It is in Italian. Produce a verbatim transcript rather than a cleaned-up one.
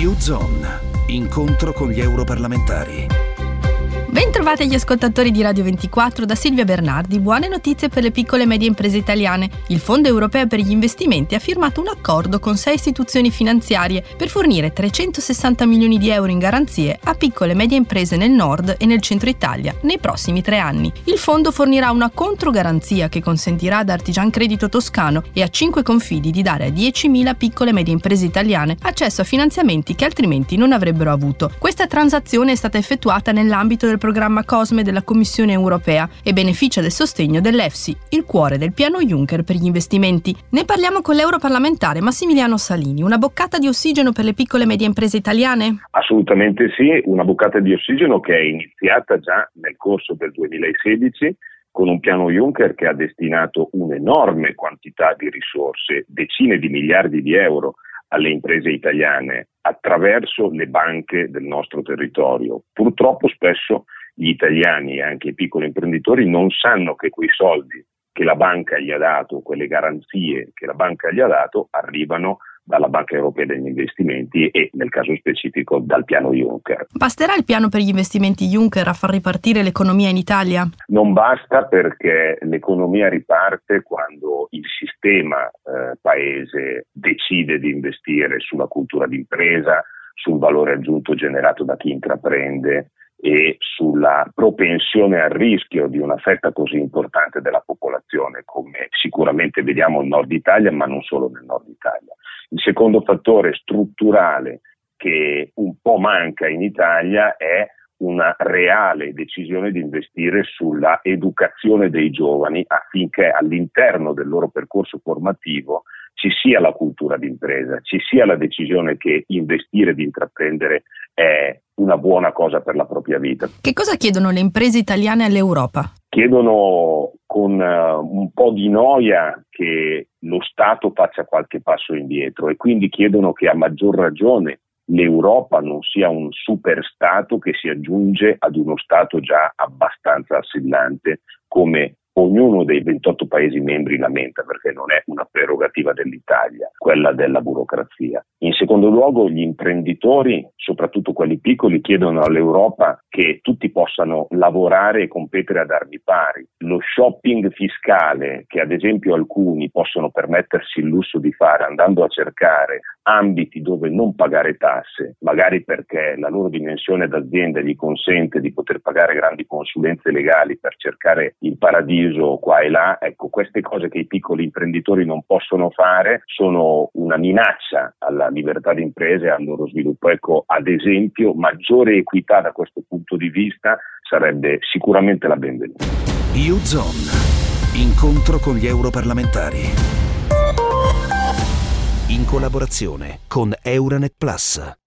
U-Zone, incontro con gli europarlamentari. Bentrovati agli ascoltatori di Radio ventiquattro da Silvia Bernardi. Buone notizie per le piccole e medie imprese italiane. Il Fondo Europeo per gli Investimenti ha firmato un accordo con sei istituzioni finanziarie per fornire trecentosessanta milioni di euro in garanzie a piccole e medie imprese nel nord e nel centro Italia nei prossimi tre anni. Il fondo fornirà una controgaranzia che consentirà ad Artigian Credito Toscano e a cinque confidi di dare a diecimila piccole e medie imprese italiane accesso a finanziamenti che altrimenti non avrebbero avuto. Questa transazione è stata effettuata nell'ambito del programma COSME della Commissione Europea e beneficia del sostegno dell'E F S I, il cuore del piano Juncker per gli investimenti. Ne parliamo con l'europarlamentare Massimiliano Salini. Una boccata di ossigeno per le piccole e medie imprese italiane? Assolutamente sì, una boccata di ossigeno che è iniziata già nel corso del duemilasedici con un piano Juncker che ha destinato un'enorme quantità di risorse, decine di miliardi di euro alle imprese italiane attraverso le banche del nostro territorio. Purtroppo spesso gli italiani e anche i piccoli imprenditori non sanno che quei soldi che la banca gli ha dato, quelle garanzie che la banca gli ha dato, arrivano dalla Banca Europea degli Investimenti e nel caso specifico dal piano Juncker. Basterà il piano per gli investimenti Juncker a far ripartire l'economia in Italia? Non basta, perché l'economia riparte quando il sistema eh, paese decide di investire sulla cultura d'impresa, sul valore aggiunto generato da chi intraprende e sulla propensione al rischio di una fetta così importante della popolazione, come sicuramente vediamo nel nord Italia, ma non solo nel nord Italia. Il secondo fattore strutturale che un po' manca in Italia è una reale decisione di investire sulla educazione dei giovani affinché all'interno del loro percorso formativo ci sia la cultura d'impresa, ci sia la decisione che investire, di intraprendere è una buona cosa per la propria vita. Che cosa chiedono le imprese italiane all'Europa? Chiedono con uh, un po' di noia che lo Stato faccia qualche passo indietro e quindi chiedono che a maggior ragione l'Europa non sia un super Stato che si aggiunge ad uno Stato già abbastanza assillante, come ognuno dei ventotto Paesi membri lamenta, perché non è una prerogativa dell'Italia, quella della burocrazia. In secondo luogo, gli imprenditori, soprattutto quelli piccoli, chiedono all'Europa che tutti possano lavorare e competere ad armi pari. Lo shopping fiscale, che ad esempio alcuni possono permettersi il lusso di fare andando a cercare ambiti dove non pagare tasse, magari perché la loro dimensione d'azienda gli consente di poter pagare grandi consulenze legali per cercare il paradiso qua e là, ecco, queste cose che i piccoli imprenditori non possono fare sono una minaccia alla libertà di impresa e al loro sviluppo. Ecco, ad esempio, maggiore equità da questo punto di vista sarebbe sicuramente la benvenuta. U-Zone, incontro con gli europarlamentari. In collaborazione con Euronet Plus.